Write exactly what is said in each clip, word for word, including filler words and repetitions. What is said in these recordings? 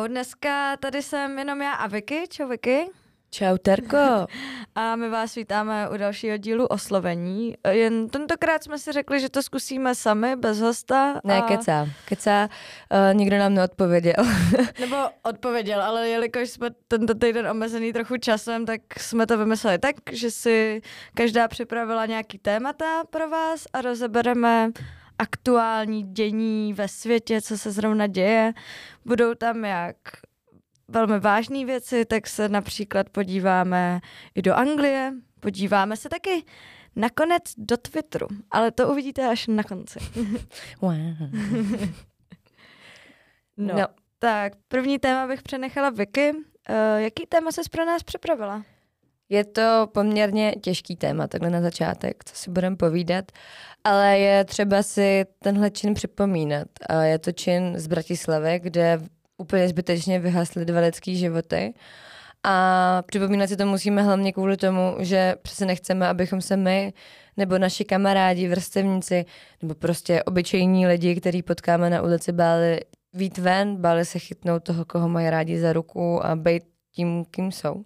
dneska tady jsem jenom já a Vicky. Čau Vicky. Čau Terko. A my vás vítáme u dalšího dílu Oslovení. Jen tentokrát jsme si řekli, že to zkusíme sami, bez hosta. A... Ne, kecá. Kecá, uh, nikdo nám neodpověděl. Nebo odpověděl, ale jelikož jsme tento týden omezený trochu časem, tak jsme to vymysleli tak, že si každá připravila nějaký témata pro vás a rozebereme aktuální dění ve světě, co se zrovna děje. Budou tam jak velmi vážné věci, tak se například podíváme i do Anglie, podíváme se taky nakonec do Twitteru, ale to uvidíte až na konci. Wow. no, no, tak první téma bych přenechala Vicky. Uh, jaký téma ses pro nás připravila? Je to poměrně těžký téma, takhle na začátek, co si budeme povídat, ale je třeba si tenhle čin připomínat. A je to čin z Bratislavy, kde úplně zbytečně vyhasly dva lidský životy. A připomínat si to musíme hlavně kvůli tomu, že přece nechceme, abychom se my nebo naši kamarádi, vrstevníci nebo prostě obyčejní lidi, který potkáme na ulici, báli vít ven, báli se chytnout toho, koho mají rádi za ruku a být tím, kým jsou.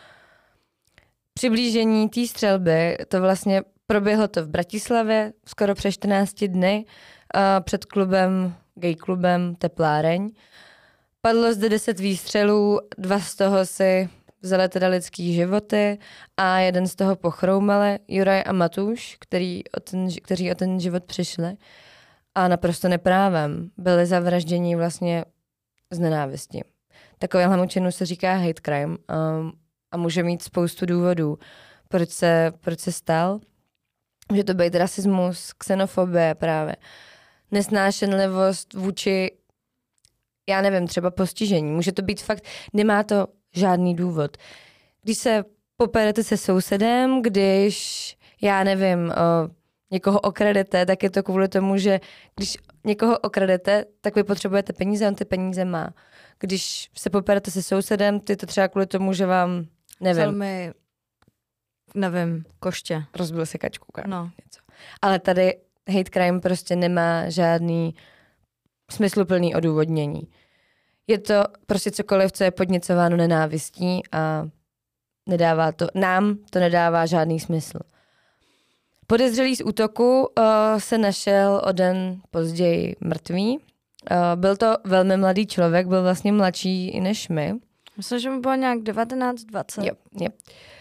Přiblížení té střelby, to vlastně proběhlo to v Bratislavě skoro přes čtrnáct dny před klubem, gay klubem Tepláreň. Padlo zde deset výstřelů, dva z toho si vzali teda lidský životy a jeden z toho pochroumali Juraj a Matuš, který o ten, kteří o ten život přišli a naprosto neprávem byli zavražděni vlastně z nenávisti. Takovému činu se říká hate crime um, a může mít spoustu důvodů, proč se, proč se stal. Může to být rasismus, xenofobie právě, nesnášenlivost vůči, já nevím, třeba postižení. Může to být fakt, nemá to žádný důvod. Když se poperete se sousedem, když, já nevím, o, někoho okradete, tak je to kvůli tomu, že když někoho okradete, tak vy potřebujete peníze, on ty peníze má. Když se poperete se sousedem, ty to třeba kvůli tomu, že vám, nevím. Velmi, nevím, koště. Rozbil se kačku. No. Něco. Ale tady hate crime prostě nemá žádný smysluplný odůvodnění. Je to prostě cokoliv, co je podněcováno nenávistí a nedává to, nám to nedává žádný smysl. Podezřelý z útoku uh, se našel o den později mrtvý. Uh, byl to velmi mladý člověk, byl vlastně mladší i než my. Myslím, že mu bylo nějak devatenáct dvacet. Jo, jo.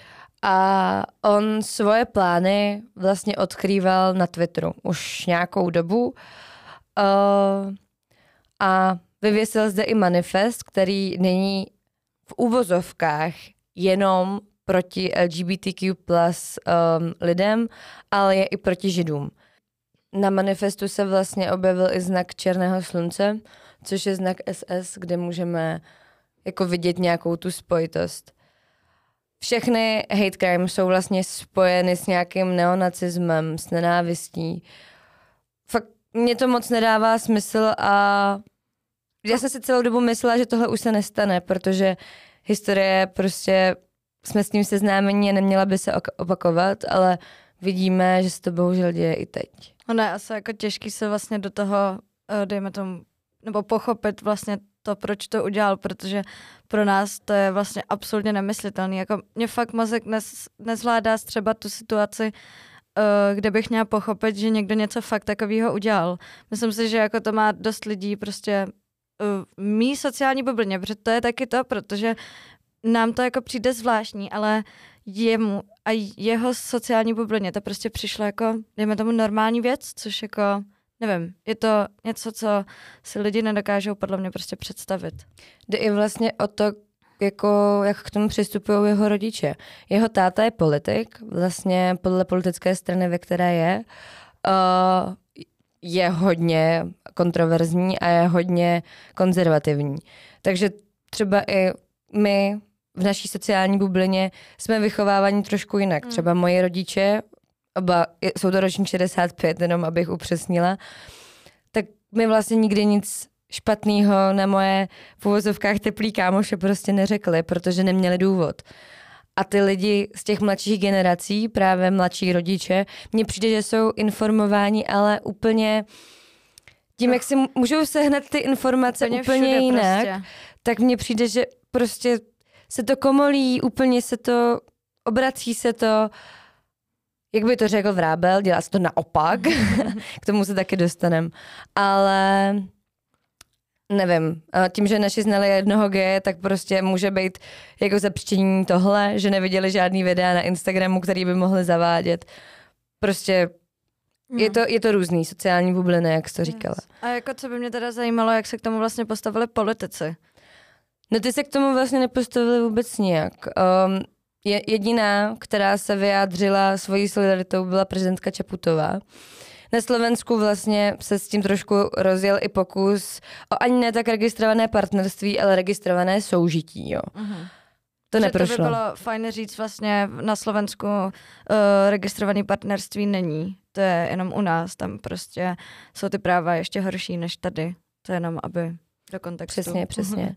A on svoje plány vlastně odkrýval na Twitteru už nějakou dobu. Uh, a vyvěsil zde i manifest, který není v uvozovkách jenom proti L G B T Q plus um, lidem, ale je i proti Židům. Na manifestu se vlastně objevil i znak černého slunce, což je znak S S, kde můžeme jako vidět nějakou tu spojitost. Všechny hate crime jsou vlastně spojeny s nějakým neonacismem, s nenávistí. Fakt mě to moc nedává smysl a já jsem si celou dobu myslela, že tohle už se nestane, protože historie prostě jsme s tím seznámení a neměla by se opakovat, ale vidíme, že se to bohužel děje i teď. Ono je asi jako těžký se vlastně do toho, dejme tomu, nebo pochopit vlastně to, proč to udělal, protože pro nás to je vlastně absolutně nemyslitelný. Jako mě fakt mozek nez, nezvládá třeba tu situaci, kde bych měla pochopit, že někdo něco fakt takového udělal. Myslím si, že jako to má dost lidí prostě v mý sociální bublině, protože to je taky to, protože nám to jako přijde zvláštní, ale jemu a jeho sociální bublině to prostě přišlo jako, dejme tomu, normální věc, což jako, nevím, je to něco, co si lidi nedokážou podle mě prostě představit. Jde i vlastně o to, jako, jak k tomu přistupují jeho rodiče. Jeho táta je politik, vlastně podle politické strany, ve které je, uh, je hodně kontroverzní a je hodně konzervativní. Takže třeba i my v naší sociální bublině jsme vychováváni trošku jinak. Mm. Třeba moji rodiče, oba jsou to ročník šedesát pět, jenom abych upřesnila, tak mi vlastně nikdy nic špatného na moje v uvozovkách teplý kámoše prostě neřekli, protože neměli důvod. A ty lidi z těch mladších generací, právě mladší rodiče, mně přijde, že jsou informováni, ale úplně tím, jak si můžou sehnat ty informace úplně, úplně jinak, prostě. tak mně přijde, že prostě se to komolí, úplně se to, obrací se to, jak by to řekl Vrábel, dělá se to naopak, k tomu se taky dostanem, ale nevím, tím, že naši znali jednoho geje, tak prostě může být jako zapřičení tohle, že neviděli žádný videa na Instagramu, který by mohli zavádět. Prostě no. je, to, je to různý, sociální bubliny, jak jsi to říkala. Yes. A jako co by mě teda zajímalo, jak se k tomu vlastně postavili politici? No ty se k tomu vlastně nepostavili vůbec nijak. Um, je, jediná, která se vyjádřila svojí solidaritou, byla prezidentka Čaputová. Na Slovensku vlastně se s tím trošku rozjel i pokus o ani ne tak registrované partnerství, ale registrované soužití. Jo. Uh-huh. To že neprošlo. To by bylo fajn říct vlastně na Slovensku uh, registrované partnerství není. To je jenom u nás, tam prostě jsou ty práva ještě horší než tady. To je jenom, aby do kontextu. Přesně, přesně.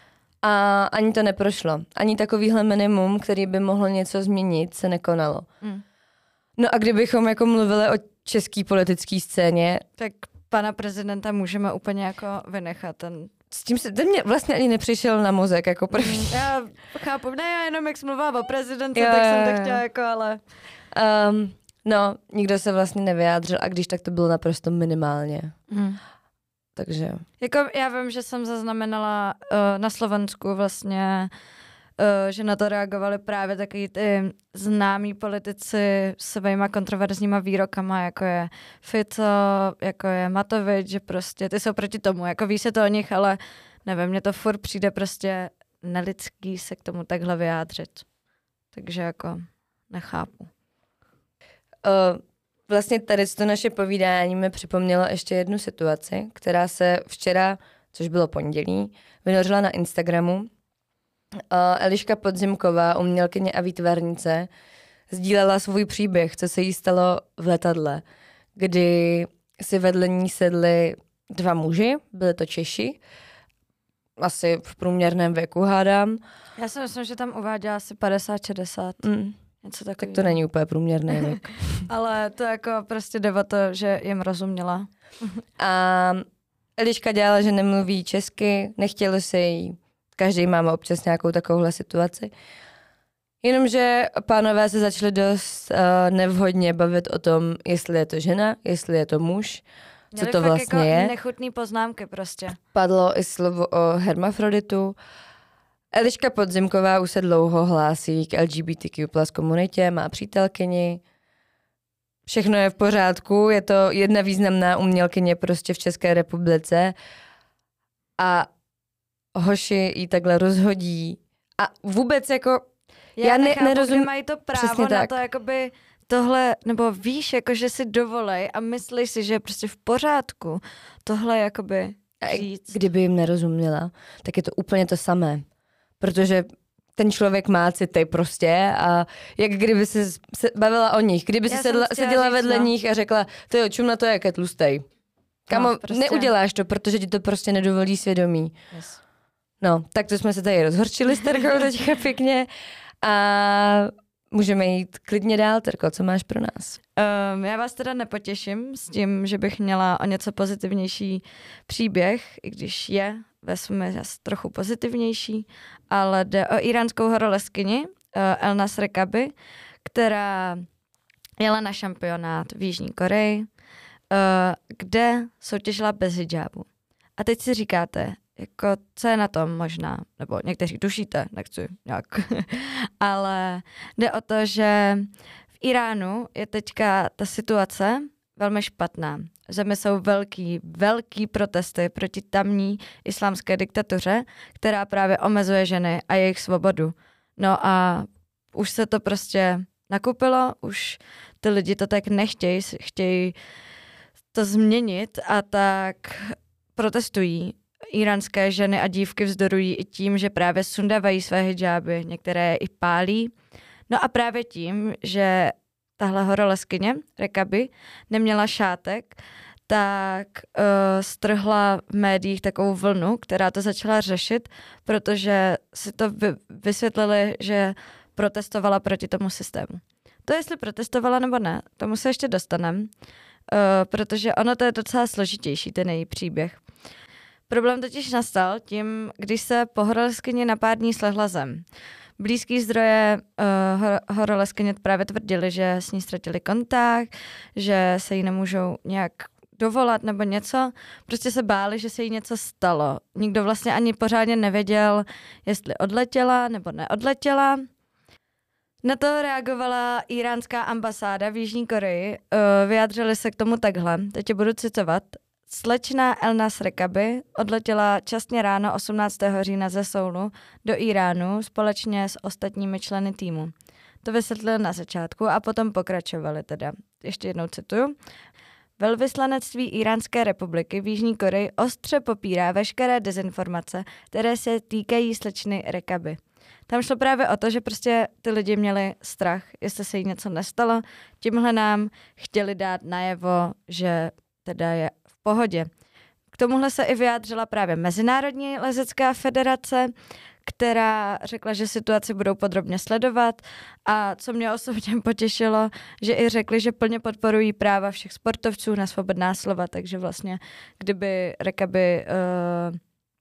A ani to neprošlo. Ani takovýhle minimum, který by mohlo něco změnit, se nekonalo. Mm. No a kdybychom jako mluvili o české politické scéně, tak pana prezidenta můžeme úplně jako vynechat. Ten... S tím se, ten mě vlastně ani nepřišel na mozek jako první. Mm, já chápu, ne, já jenom jak jsi mluvila o prezidence, jo, tak jsem to chtěla jako, ale... Um, no, nikdo se vlastně nevyjádřil a když tak to bylo naprosto minimálně. Mm. Takže... Jako já vím, že jsem zaznamenala uh, na Slovensku vlastně, uh, že na to reagovali právě takový ty známí politici s svýma kontroverzníma výrokama, jako je Fico, jako je Matovič, že prostě ty jsou proti tomu, jako ví se to o nich, ale nevím, mně to furt přijde prostě nelidský se k tomu takhle vyjádřit. Takže jako nechápu. Uh... Vlastně tady to naše povídání mi připomnělo ještě jednu situaci, která se včera, což bylo pondělí, vynořila na Instagramu. Uh, Eliška Podzimková, umělkyně a výtvarnice, sdílela svůj příběh, co se jí stalo v letadle, kdy si vedle ní sedli dva muži, byli to Češi, asi v průměrném věku hádám. Já si myslím, že tam uváděla asi padesát šedesát. Mm. Něco tak to není úplně průměrný věk. Ale to jako prostě jde o to, že jim rozuměla. A Eliška dělala, že nemluví česky, nechtělo se jí. Každý máme občas nějakou takovouhle situaci. Jenomže pánové se začali dost uh, nevhodně bavit o tom, jestli je to žena, jestli je to muž, co Měli to vlastně jako je. Nechutný poznámky prostě. Padlo i slovo o hermafroditu. Eliška Podzimková už se dlouho hlásí k L G B T Q plus komunitě, má přítelkyni. Všechno je v pořádku, je to jedna významná umělkyně prostě v České republice a hoši jí takhle rozhodí. A vůbec jako, já, já nechápu, ne, nerozumím. Mají to právo na tak. to, jakoby tohle, nebo víš, jako že si dovolej a myslíš si, že je prostě v pořádku tohle jakoby říct. Kdyby jim nerozuměla, tak je to úplně to samé. Protože ten člověk má city prostě a jak kdyby se, se bavila o nich, kdyby si sedla, seděla říct, vedle no. nich a řekla, to jo, čum na to, jak je tlustej. Kamo, no, prostě. Neuděláš to, protože ti to prostě nedovolí svědomí. Yes. No, tak to jsme se tady rozhorčili s Terkou teďka pěkně a můžeme jít klidně dál. Terko, co máš pro nás? Um, já vás teda nepotěším s tím, že bych měla o něco pozitivnější příběh, i když je ve svém trochu pozitivnější, ale jde o íránskou horolezkyni uh, Elnas Rekabi, která jela na šampionát v Jižní Koreji, uh, kde soutěžila bez hidžábu. A teď si říkáte, jako, co je na tom možná, nebo někteří tušíte, nechci nějak, ale jde o to, že v Iránu je teďka ta situace velmi špatná. V zemi jsou velký, velký protesty proti tamní islámské diktatuře, která právě omezuje ženy a jejich svobodu. No a už se to prostě nakupilo, už ty lidi to tak nechtějí, chtějí to změnit a tak protestují. Iránské ženy a dívky vzdorují i tím, že právě sundávají své hidžáby, některé i pálí. No a právě tím, že tahle horolezkyně, Rekabi, neměla šátek, tak uh, strhla v médiích takovou vlnu, která to začala řešit, protože si to vy- vysvětlili, že protestovala proti tomu systému. To jestli protestovala nebo ne, tomu se ještě dostaneme, uh, protože ono to je docela složitější, ten její příběh. Problém totiž nastal tím, když se po horoleskyni na pár dní slehla zem. Blízký zdroje uh, hor- horoleskyně právě tvrdili, že s ní ztratili kontakt, že se jí nemůžou nějak dovolat nebo něco. Prostě se báli, že se jí něco stalo. Nikdo vlastně ani pořádně nevěděl, jestli odletěla nebo neodletěla. Na to reagovala íránská ambasáda v Jižní Koreji. Uh, vyjádřili se k tomu takhle. Teď je budu citovat. Slečna Elnas Rekabi odletěla časně ráno osmnáctého října ze Soulu do Iránu společně s ostatními členy týmu. To vysvětlil na začátku a potom pokračovali teda. Ještě jednou cituju. Velvyslanectví Íránské republiky v Jižní Koreji ostře popírá veškeré dezinformace, které se týkají slečny Rekabi. Tam šlo právě o to, že prostě ty lidi měli strach, jestli se jí něco nestalo. Tímhle nám chtěli dát najevo, že teda je v pohodě. K tomuhle se i vyjádřila právě Mezinárodní lezecká federace, která řekla, že situaci budou podrobně sledovat a co mě osobně potěšilo, že i řekli, že plně podporují práva všech sportovců na svobodná slova, takže vlastně kdyby Rekabi uh,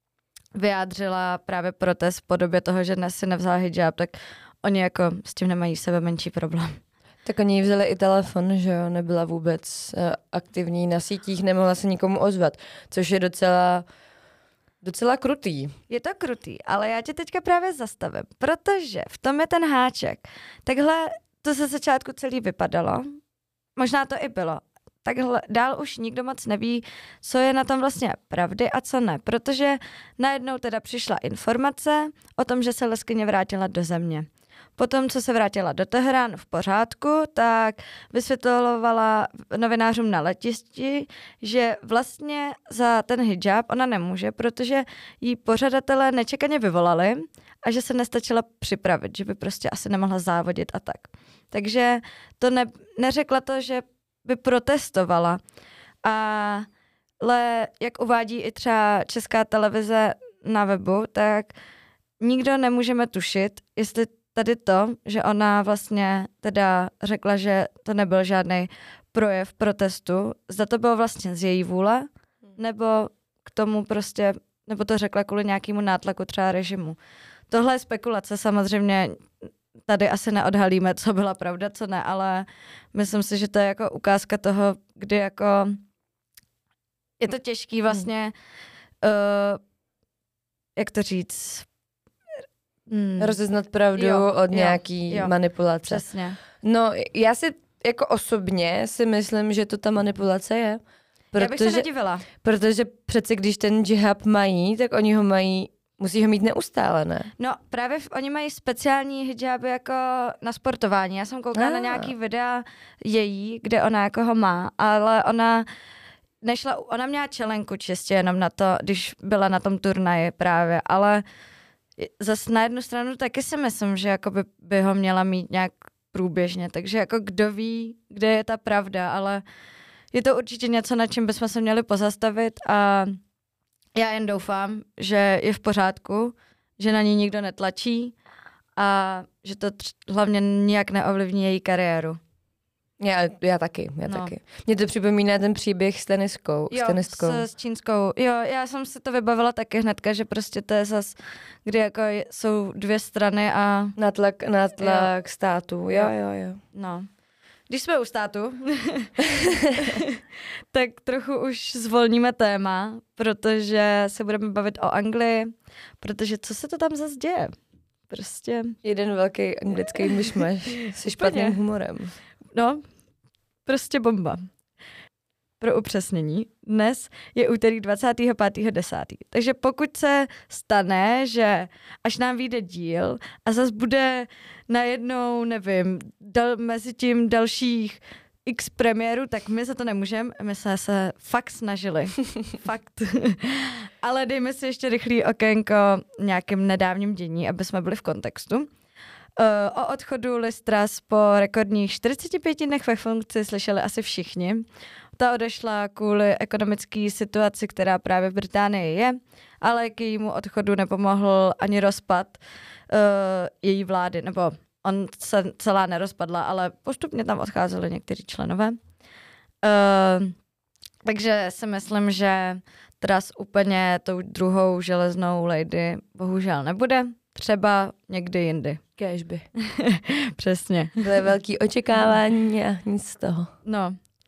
vyjádřila právě protest v podobě toho, že dnes si nevzala hijab, tak oni jako s tím nemají sebe menší problém. Tak oni jí vzali i telefon, že jo, nebyla vůbec uh, aktivní na sítích, nemohla se nikomu ozvat, což je docela, docela krutý. Je to krutý, ale já tě teďka právě zastavím, protože v tom je ten háček. Takhle to ze začátku celý vypadalo, možná to i bylo. Takhle dál už nikdo moc neví, co je na tom vlastně pravdy a co ne, protože najednou teda přišla informace o tom, že se leskyně vrátila do země. Potom, co se vrátila do Teheránu v pořádku, tak vysvětlovala novinářům na letišti, že vlastně za ten hijab ona nemůže, protože jí pořadatelé nečekaně vyvolali a že se nestačila připravit, že by prostě asi nemohla závodit a tak. Takže to ne, neřekla to, že by protestovala. Ale jak uvádí i třeba Česká televize na webu, tak nikdo nemůžeme tušit, jestli tady to, že ona vlastně teda řekla, že to nebyl žádný projev protestu, zda to bylo vlastně z její vůle, nebo k tomu prostě, nebo to řekla kvůli nějakému nátlaku třeba režimu. Tohle je spekulace, samozřejmě tady asi neodhalíme, co byla pravda, co ne, ale myslím si, že to je jako ukázka toho, kdy jako je to těžký vlastně, uh, jak to říct, Hmm. rozeznat pravdu jo, od jo, nějaký jo, manipulace. Přesně. No, já si jako osobně si myslím, že to ta manipulace je. Protože, já bych se nedivila. Protože přece když ten džihab mají, tak oni ho mají, musí ho mít neustále, ne? No právě v, oni mají speciální hijaby jako na sportování. Já jsem koukala ah. na nějaký videa její, kde ona jako ho má, ale ona nešla, ona měla čelenku čistě jenom na to, když byla na tom turnaji právě, ale zase na jednu stranu taky si myslím, že jako by, by ho měla mít nějak průběžně, takže jako kdo ví, kde je ta pravda, ale je to určitě něco, na čím bychom se měli pozastavit a já jen doufám, že je v pořádku, že na ní nikdo netlačí a že to tř- hlavně nijak neovlivní její kariéru. Já, já taky, já no. taky. Mně to připomíná ten příběh s teniskou. Jo, s, tenistkou. S, s čínskou. Jo, já jsem si to vybavila taky hnedka, že prostě to je zas, kdy jako jsou dvě strany a... Nátlak, nátlak státu, jo, jo, jo. No. Když jsme u státu, tak trochu už zvolníme téma, protože se budeme bavit o Anglii, protože co se to tam zase děje? Prostě... Jeden velký anglický myšmaš se špatným humorem. No, prostě bomba. Pro upřesnění, dnes je úterý dvacátého pátého desátého Takže pokud se stane, že až nám vyjde díl a zas bude najednou, nevím, dal, mezi tím dalších x premiérů, tak my za to nemůžeme, my jsme se fakt snažili. Fakt. Ale dejme si ještě rychlý okénko nějakým nedávním dění, aby jsme byli v kontextu. O odchodu Liz Truss po rekordních čtyřiceti pěti dnech ve funkci slyšeli asi všichni. Ta odešla kvůli ekonomické situaci, která právě v Británii je, ale k jejímu odchodu nepomohl ani rozpad uh, její vlády, nebo on se celá nerozpadla, ale postupně tam odcházeli někteří členové. Uh, takže si myslím, že Tras úplně tou druhou železnou lady bohužel nebude. Třeba někdy jindy. Kéžby. Přesně. Byly velký očekávání a nic z toho. No.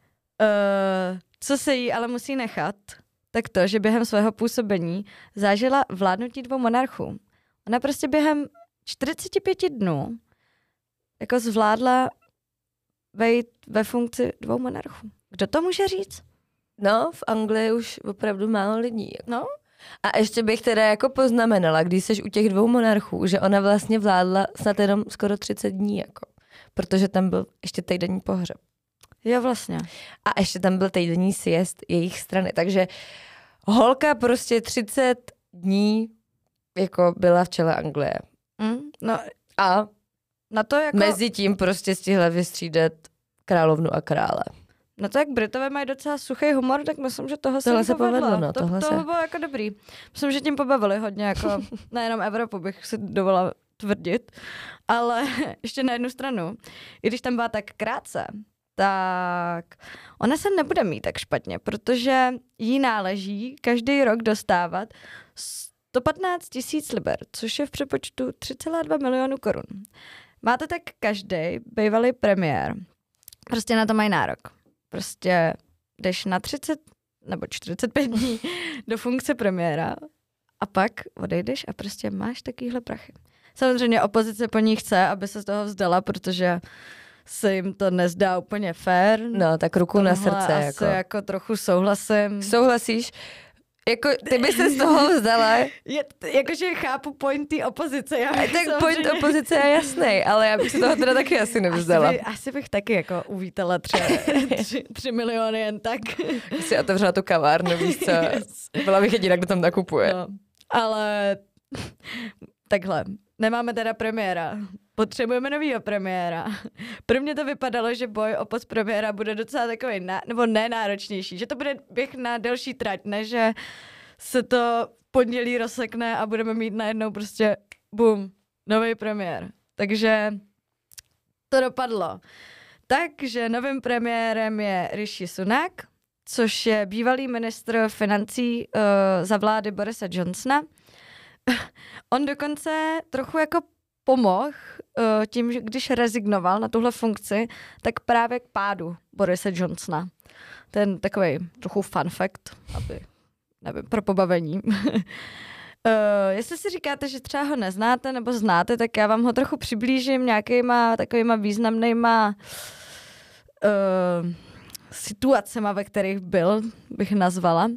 Uh, co se jí ale musí nechat, tak to, že během svého působení zažila vládnutí dvou monarchů. Ona prostě během čtyřicet pět dnů jako zvládla vejít ve funkci dvou monarchů. Kdo to může říct? No, v Anglii už opravdu málo lidí. Jako. No. A ještě bych teda jako poznamenala, když jsi u těch dvou monarchů, že ona vlastně vládla snad jenom skoro třicet dní, jako, protože tam byl ještě týdenní pohřeb. Jo, vlastně. A ještě tam byl týdenní sjezd jejich strany, takže holka prostě třicet dní jako byla v čele Anglie. Mm, no a na to jako... mezi tím prostě stihla vystřídat královnu a krále. No to jak Britové mají docela suchý humor, tak myslím, že toho tohle se se povedlo. povedlo. No, to, tohle toho se... bylo jako dobrý. Myslím, že tím pobavili hodně, jako nejenom Evropu bych si dovolila tvrdit, ale ještě na jednu stranu. I když tam byla tak krátce, tak ona se nebude mít tak špatně, protože jí náleží každý rok dostávat sto patnáct tisíc liber, což je v přepočtu tři celá dva milionu korun. Máte tak každý bývalý premiér. Prostě na to mají nárok. Prostě jdeš na třicet nebo čtyřicet pět dní do funkce premiéra a pak odejdeš a prostě máš takovýhle prachy. Samozřejmě opozice po ní chce, aby se z toho vzdala, protože se jim to nezdá úplně fair. No, tak ruku na srdce. Asi jako. jako trochu souhlasím. Souhlasíš? Jako, ty by se z toho vzdala. Je, jakože chápu point té opozice. Já tak samozřejmě... point opozice je jasný, ale já bych se toho teda taky asi nevzdala. Asi, by, asi bych taky jako uvítala tři, tři, tři miliony jen tak. Si otevřela tu kavárnu, víš co? Yes. Byla bych jediná, kdo tam nakupuje. No, ale takhle, nemáme teda premiéra. Potřebujeme novýho premiéra. Pro mě to vypadalo, že boj o post premiéra bude docela takový, ná, nebo nenáročnější, že to bude běh na delší trať, ne, že se to v pondělí rozsekne a budeme mít najednou prostě bum, nový premiér. Takže to dopadlo. Takže novým premiérem je Rishi Sunak, což je bývalý ministr financí uh, za vlády Borise Johnsona. On dokonce trochu jako pomohl uh, tím, že když rezignoval na tuhle funkci, tak právě k pádu Borise Johnsona. Ten takovej trochu fun fact, aby, nevím, pro pobavení. uh, jestli si říkáte, že třeba ho neznáte nebo znáte, tak já vám ho trochu přiblížím nějakýma takovýma významnýma uh, situacema, ve kterých byl, bych nazvala.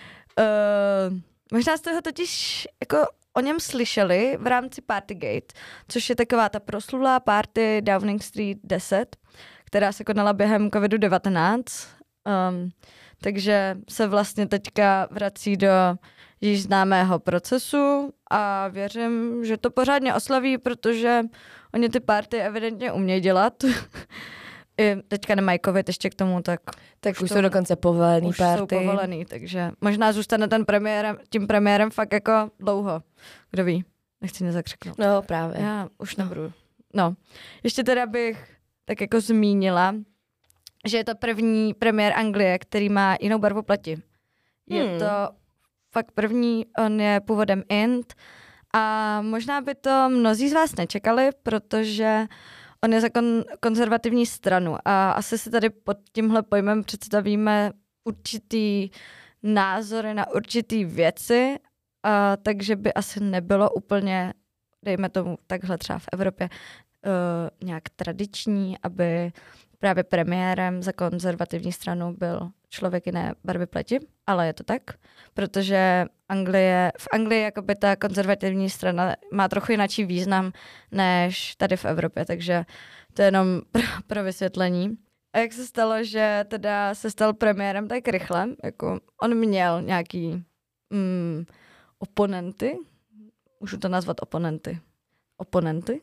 Uh, možná jste ho totiž jako o něm slyšeli v rámci Partygate, což je taková ta proslulá party Downing Street deset, která se konala během covidu devatenáct. Um, takže se vlastně teďka vrací do již známého procesu a věřím, že to pořádně oslaví, protože oni ty party evidentně umějí dělat. I teďka nemají covid ještě k tomu, tak... Tak už, už jsou dokonce povolený už party. Už jsou povolený, takže možná zůstane ten premiérem, tím premiérem fakt jako dlouho. Kdo ví? Nechci nezakřiknout. No právě. Já už nebudu. No. Ještě teda bych tak jako zmínila, že je to první premiér Anglie, který má jinou barvu pleti. Je hmm. to fakt první, on je původem Ind a možná by to mnozí z vás nečekali, protože on je za kon- konzervativní stranu a asi si tady pod tímhle pojmem představíme určitý názory na určitý věci, a takže by asi nebylo úplně, dejme tomu takhle třeba v Evropě, uh, nějak tradiční, aby právě premiérem za konzervativní stranu byl člověk jiné barvy pleti, ale je to tak, protože Anglie, v Anglii jakoby ta konzervativní strana má trochu jináčí význam než tady v Evropě, takže to je jenom pro, pro vysvětlení. A jak se stalo, že teda se stal premiérem tak rychle, jako on měl nějaký mm, oponenty, můžu to nazvat oponenty, oponenty,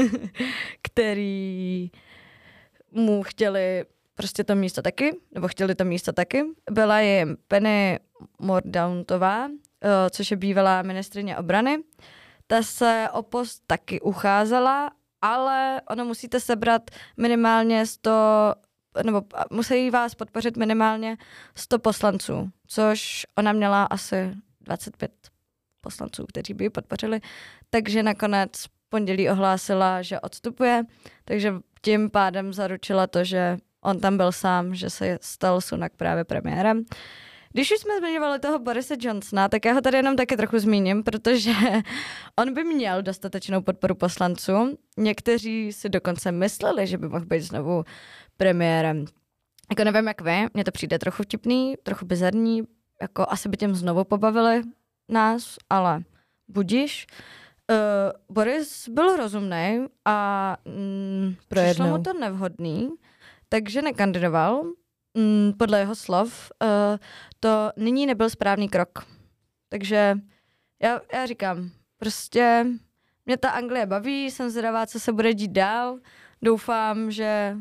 který mu chtěli prostě to místo taky, nebo chtěli to místo taky. Byla jim Penny Mordauntová, což je bývalá ministryně obrany. Ta se o post taky ucházela, ale ono musíte sebrat minimálně sto nebo musí vás podpořit minimálně sto poslanců, což ona měla asi dvacet pět poslanců, kteří by ji podpořili, takže nakonec v pondělí ohlásila, že odstupuje, takže tím pádem zaručila to, že on tam byl sám, že se stal Sunak právě premiérem. Když už jsme zmiňovali toho Borise Johnsona, tak já ho tady jenom taky trochu zmíním, protože on by měl dostatečnou podporu poslanců. Někteří si dokonce mysleli, že by mohl být znovu premiérem. Jako nevím jak vy, mně to přijde trochu vtipný, trochu bizarní, jako asi by tím znovu pobavili nás, ale budíš. Uh, Boris byl rozumný a mm, přišlo mu to nevhodný, takže nekandidoval. Mm, podle jeho slov uh, to nyní nebyl správný krok. Takže já, já říkám, prostě mě ta Anglie baví, jsem zvědavá, co se bude dít dál. Doufám, že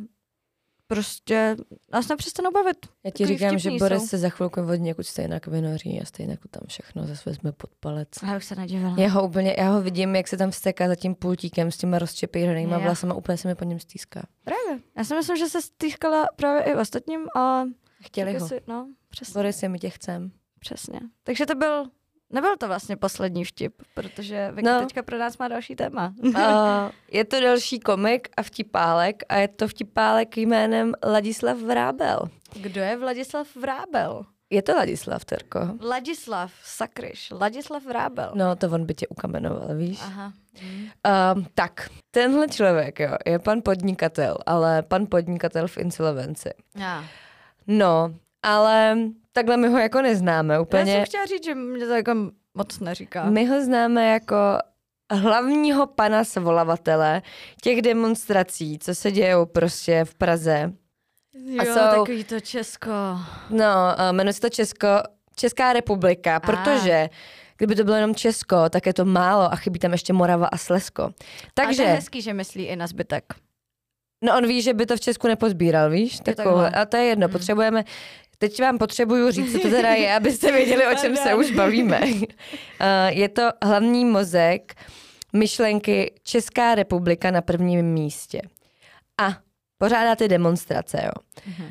prostě nás nepřestanou bavit. Já ti říkám, že Boris jsou. se za chvilku od někud stejně vynoří a stejně tam všechno zase vezme pod palec. Já už se nedivila. Já ho úplně, já ho vidím, jak se tam vstéká za tím pultíkem s těma rozčepířenýma vlasama, úplně se mi po něm stýská. Právě. Já si myslím, že se stýskala právě i ostatním a chtěli ho. Si, no, přesně. Boris, my tě chcem. Přesně. Takže to byl Nebyl to vlastně poslední vtip, protože Vicky no. teďka pro nás má další téma. Uh, je to další komik a vtipálek a je to vtipálek jménem Ladislav Vrábel. Kdo je Vladislav Vrábel? Je to Ladislav, Terko. Ladislav, sakryš, Ladislav Vrábel. No, to on by tě ukamenoval, víš? Aha. Hmm. Uh, tak, tenhle člověk, jo, je pan podnikatel, ale pan podnikatel v insolvenci. Já. No, ale takhle my ho jako neznáme úplně. Já jsem chtěla říct, že mě to jako moc neříká. My ho známe jako hlavního pana svolavatele těch demonstrací, co se dějou prostě v Praze. Jo, a jsou, takový to Česko. No, jmenuje se to Česko, Česká republika, a. protože kdyby to bylo jenom Česko, tak je to málo a chybí tam ještě Morava a Slezsko. Takže, a to je hezký, že myslí i na zbytek. No on ví, že by to v Česku nepozbíral, víš? Takové. A to je jedno, hmm. potřebujeme, teď vám potřebuju říct, co to teda je, abyste věděli, o čem se už bavíme. uh, je to hlavní mozek myšlenky Česká republika na prvním místě. A pořádá ty demonstrace, jo. Hmm.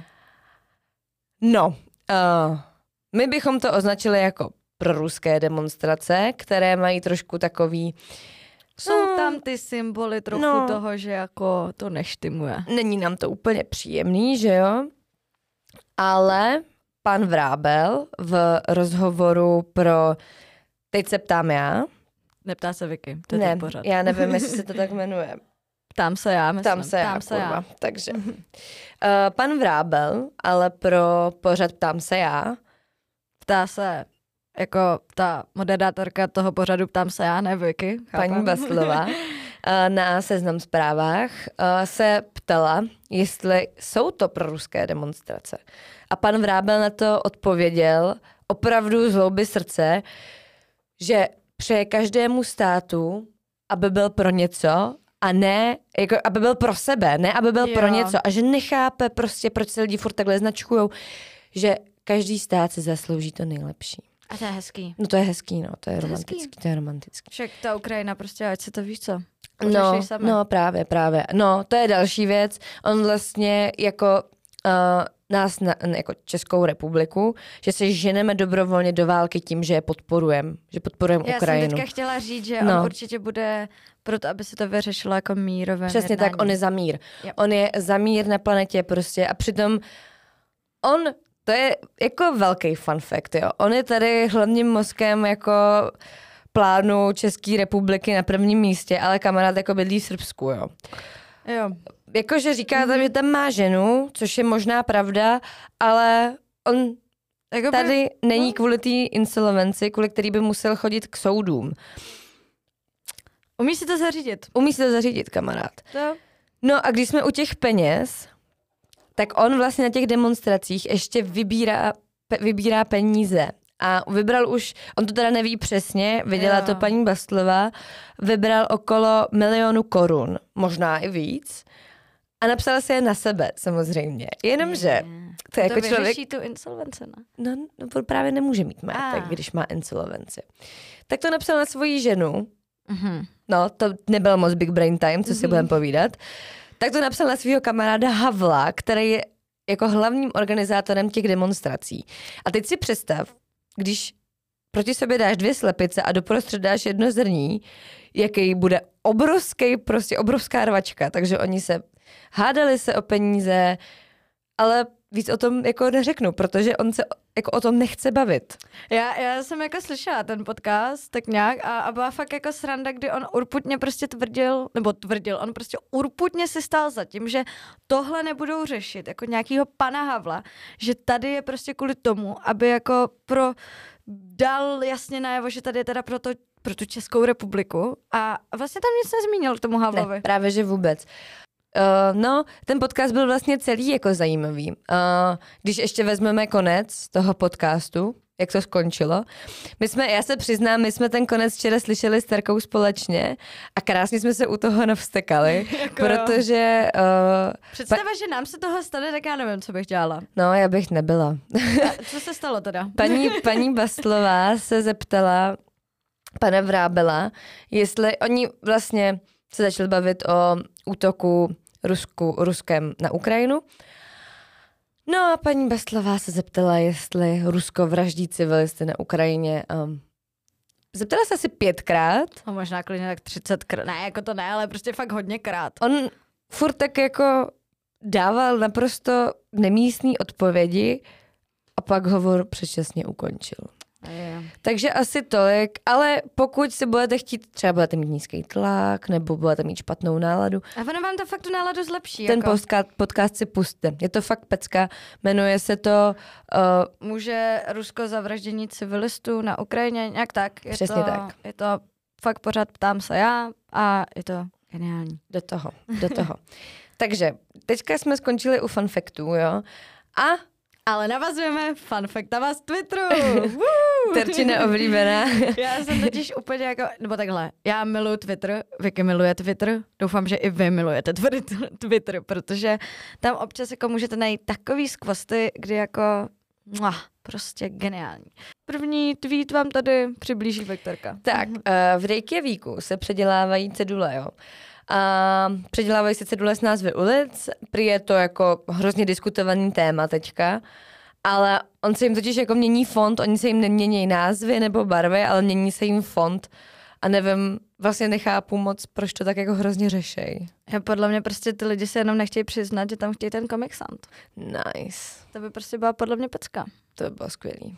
No, uh, my bychom to označili jako proruské demonstrace, které mají trošku takový... Jsou no, tam ty symboly trochu no, toho, že jako to neštimuje. Není nám to úplně příjemný, že jo? Ale pan Vrábel v rozhovoru pro... Teď se ptám já. Neptá se Vicky, to je ne, ten pořad. Já nevím, jestli se to tak jmenuje. Ptám se já, myslím. Ptám se já, Ptám se kurva. já. Takže. uh, pan Vrábel, ale pro pořad Ptám se já. Ptá se... Jako ta moderátorka toho pořadu Ptám se já, ne Vicky. Paní Bastlová na Seznam Zprávách se ptala, jestli jsou to proruské demonstrace. A pan Vrábel na to odpověděl opravdu z hloubi srdce, že přeje každému státu, aby byl pro něco a ne, jako aby byl pro sebe, ne aby byl jo. pro něco. A že nechápe prostě, proč se lidi furt takhle značkujou, že každý stát si zaslouží to nejlepší. A to je hezký. No to je hezký, no, to je to romantický, hezký. to je romantický. Však ta Ukrajina prostě, ať se to víš co. No, no právě, právě. No, to je další věc. On vlastně jako uh, nás, na, jako Českou republiku, že se ženeme dobrovolně do války tím, že je podporujeme, že podporujeme Ukrajinu. Já jsem teďka chtěla říct, že no. on určitě bude proto, aby se to vyřešilo jako mírové. Přesně jednání. tak, on je za mír. Jo. On je za mír na planetě prostě a přitom on... To je jako velký fun fact, jo. On je tady hlavním mozkem jako plánu České republiky na prvním místě, ale kamarád jako bydlí v Srbsku, jo. Jo. Jakože říká tam, že tam má ženu, což je možná pravda, ale on jako tady by... není kvůli té insolvenci, kvůli který by musel chodit k soudům. Umí si to zařídit. Umí si to zařídit, kamarád. To. No a když jsme u těch peněz... tak on vlastně na těch demonstracích ještě vybírá, pe, vybírá peníze. A vybral už, on to teda neví přesně, viděla jo. to paní Bastlová, vybral okolo milionu korun, možná i víc. A napsala se je na sebe, samozřejmě. Jenomže to je to jako člověk... tu insolvenci, ne? No, no právě nemůže mít majetek, když má insolvenci. Tak to napsal na svoji ženu. Mm-hmm. No, to nebyl moc big brain time, co si mm-hmm. budeme povídat. Tak to napsal na svého kamaráda Havla, který je jako hlavním organizátorem těch demonstrací. A teď si představ, když proti sobě dáš dvě slepice a doprostřed dáš jedno zrní, jaký bude obrovský, prostě obrovská rvačka. Takže oni se hádali se o peníze, ale víc o tom jako neřeknu, protože on se jako o tom nechce bavit. Já, já jsem jako slyšela ten podcast tak nějak a, a byla fakt jako sranda, kdy on urputně prostě tvrdil, nebo tvrdil, on prostě urputně si stál za tím, že tohle nebudou řešit, jako nějakýho pana Havla, že tady je prostě kvůli tomu, aby jako pro dal jasně najevo, že tady je teda pro, to, pro tu Českou republiku a vlastně tam nic nezmínil k tomu Havlovi. Ne, právě že vůbec. Uh, no, ten podcast byl vlastně celý jako zajímavý. Uh, když ještě vezmeme konec toho podcastu, jak to skončilo. My jsme, já se přiznám, my jsme ten konec včera slyšeli s Terkou společně a krásně jsme se u toho navstekali, jako protože... Uh, Představa, pa... že nám se toho stane, tak já nevím, co bych dělala. No, já bych nebyla. A co se stalo teda? paní, paní Bastlová se zeptala pana Vrábela, jestli oni vlastně se začali bavit o útoku Rusku, Ruskem na Ukrajinu. No a paní Bastlová se zeptala, jestli Rusko vraždí civilisty na Ukrajině. Um, zeptala se asi pětkrát. A možná klidně tak třicetkrát. Ne, jako to ne, ale prostě fakt hodněkrát. On furt tak jako dával naprosto nemístný odpovědi a pak hovor předčasně ukončil. Je. Takže asi tolik, ale pokud si budete chtít, třeba budete mít nízký tlak, nebo budete mít špatnou náladu. A ono vám to fakt tu náladu zlepší. Ten jako. podcast, podcast si pusťte. Je to fakt pecka, jmenuje se to... Uh, Může Rusko zavraždění civilistů na Ukrajině, nějak tak. Je Přesně to, tak. Je to fakt pořád ptám se já a je to geniální. Do toho, do toho. Takže teďka jsme skončili u fun factů, jo? A... Ale navazujeme fun fact z Twitteru. Terčina oblíbená. Já jsem totiž úplně jako, nebo takhle, já miluji Twitter, Vicky miluje Twitter, doufám, že i vy milujete Twitter, protože tam občas jako můžete najít takový skvosty, kdy jako, muah, prostě geniální. První tweet vám tady přiblíží Viktorka. Tak, v Reykjavíku se předělávají cedule, jo. A předělávají se cedule s názvy ulic, prý je to jako hrozně diskutovaný téma teďka, ale on se jim totiž jako mění font, oni se jim nemění názvy nebo barvy, ale mění se jim font a nevím, vlastně nechápu moc, proč to tak jako hrozně řešej. Já podle mě prostě ty lidi se jenom nechtějí přiznat, že tam chtějí ten Comic Sans. Nice. To by prostě byla podle mě pecka. To by bylo skvělý.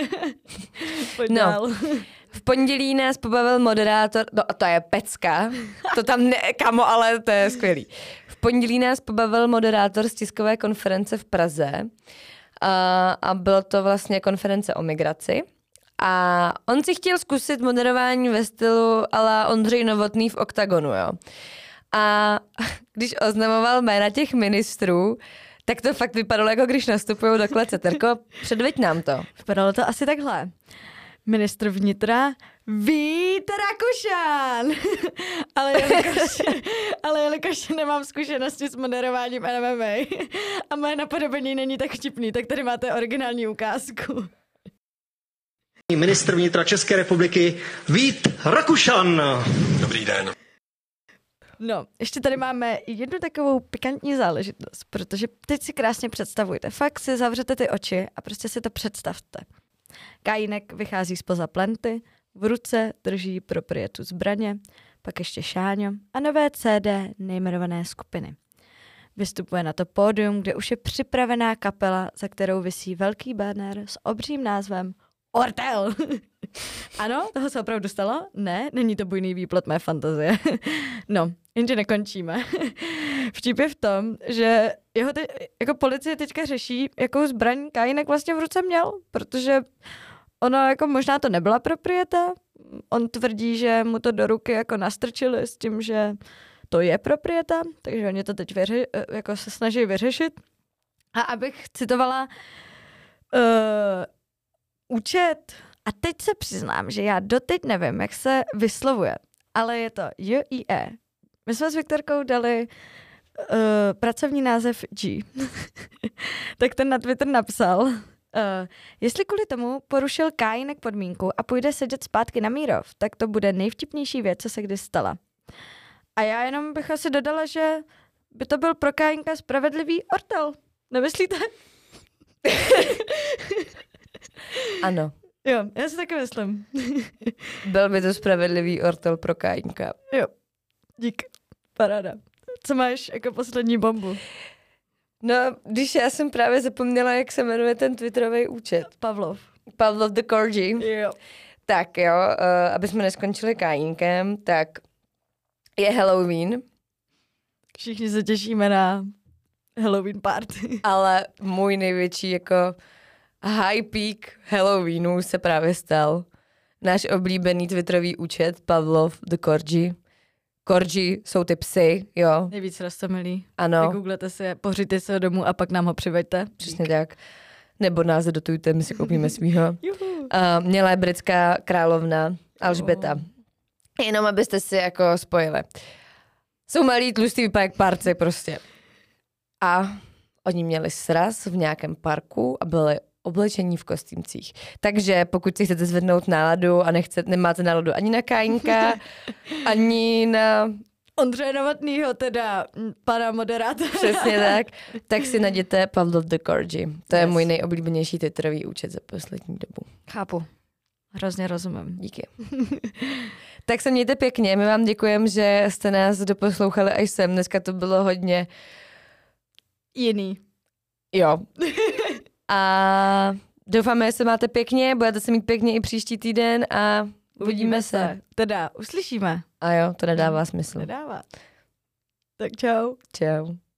No, v pondělí nás pobavil moderátor, no a to je pecka, to tam ne, kamo, ale to je skvělý. V pondělí nás pobavil moderátor z tiskové konference v Praze a, a bylo to vlastně konference o migraci. A on si chtěl zkusit moderování ve stylu a la Ondřej Novotný v Oktagonu, jo. A když oznamoval jména těch ministrů, tak to fakt vypadalo, jako když nastupují do klece. Terko, předveď nám to. Vypadalo to asi takhle. Ministr vnitra Vít Rakušan. ale, jelikož, ale jelikož nemám zkušenosti s moderováním M M A a moje napodobení není tak vtipný, tak tady máte originální ukázku. Ministr vnitra České republiky Vít Rakušan. Dobrý den. No, ještě tady máme jednu takovou pikantní záležitost, protože teď si krásně představujte. Fakt si zavřete ty oči a prostě si to představte. Kajínek vychází zpoza plenty, v ruce drží proprietu zbraně, pak ještě Šáňo a nové C D nejmenované skupiny. Vystupuje na to pódium, kde už je připravená kapela, za kterou visí velký banner s obřím názvem Ortel. Ano, toho se opravdu stalo? Ne, není to bujný výplot mé fantazie. No, jenže nekončíme. Vtip je v tom, že jeho te- jako policie teďka řeší, jakou zbraň Kajínek vlastně v ruce měl, protože ono jako možná to nebyla proprieta. On tvrdí, že mu to do ruky jako nastrčili s tím, že to je proprieta, takže oni to teď vyři- jako se snaží vyřešit. A abych citovala uh, účet, a teď se přiznám, že já doteď nevím, jak se vyslovuje, ale je to J I E. My jsme s Viktorkou dali uh, pracovní název G. Tak ten na Twitter napsal, uh, jestli kvůli tomu porušil Kajínek podmínku a půjde sedět zpátky na Mírov, tak to bude nejvtipnější věc, co se kdy stala. A já jenom bych asi dodala, že by to byl pro Kajínka spravedlivý ortel. Nemyslíte? Ano. Jo, já si taky myslím. Byl by to spravedlivý ortel pro Kájinka. Jo, dík. Paráda. Co máš jako poslední bombu? No, když já jsem právě zapomněla, jak se jmenuje ten twitterový účet. Pavlov. Pavlov the Corgi. Jo. Tak jo, uh, aby jsme neskončili Kájinkem, tak je Halloween. Všichni se těšíme na Halloween party. Ale můj největší jako high peak Halloweenu se právě stal. Náš oblíbený twitterový účet Pavlov the Corgi. Corgi jsou ty psy, jo. Nejvíc roztomilý. Ano. Googlete si je, pořiďte se ho domů a pak nám ho přiveďte. Přesně tak. Nebo nás dotujte, my si koupíme svýho. Juhu. Uh, měla je britská královna Alžběta. Oh. Jenom abyste si jako spojili. Jsou malý, tlustý, vypadá jak párci prostě. A oni měli sraz v nějakém parku a byli oblečení v kostýmcích. Takže pokud si chcete zvednout náladu a nechcete, nemáte náladu ani na Kájinka, ani na Ondřeje Novotnýho, teda pana moderátora. přesně tak, tak si najděte Pavlov the Corgi. To je Yes. můj nejoblíbenější twitterový účet za poslední dobu. Chápu. Hrozně rozumím. Díky. Tak se mějte pěkně, my vám děkujeme, že jste nás doposlouchali až sem. Dneska to bylo hodně Jiný. jo. A doufáme, že se máte pěkně, budete se mít pěkně i příští týden a uvidíme se. Teda, uslyšíme. A jo, to nedává smysl. Nedává. Tak čau. Čau.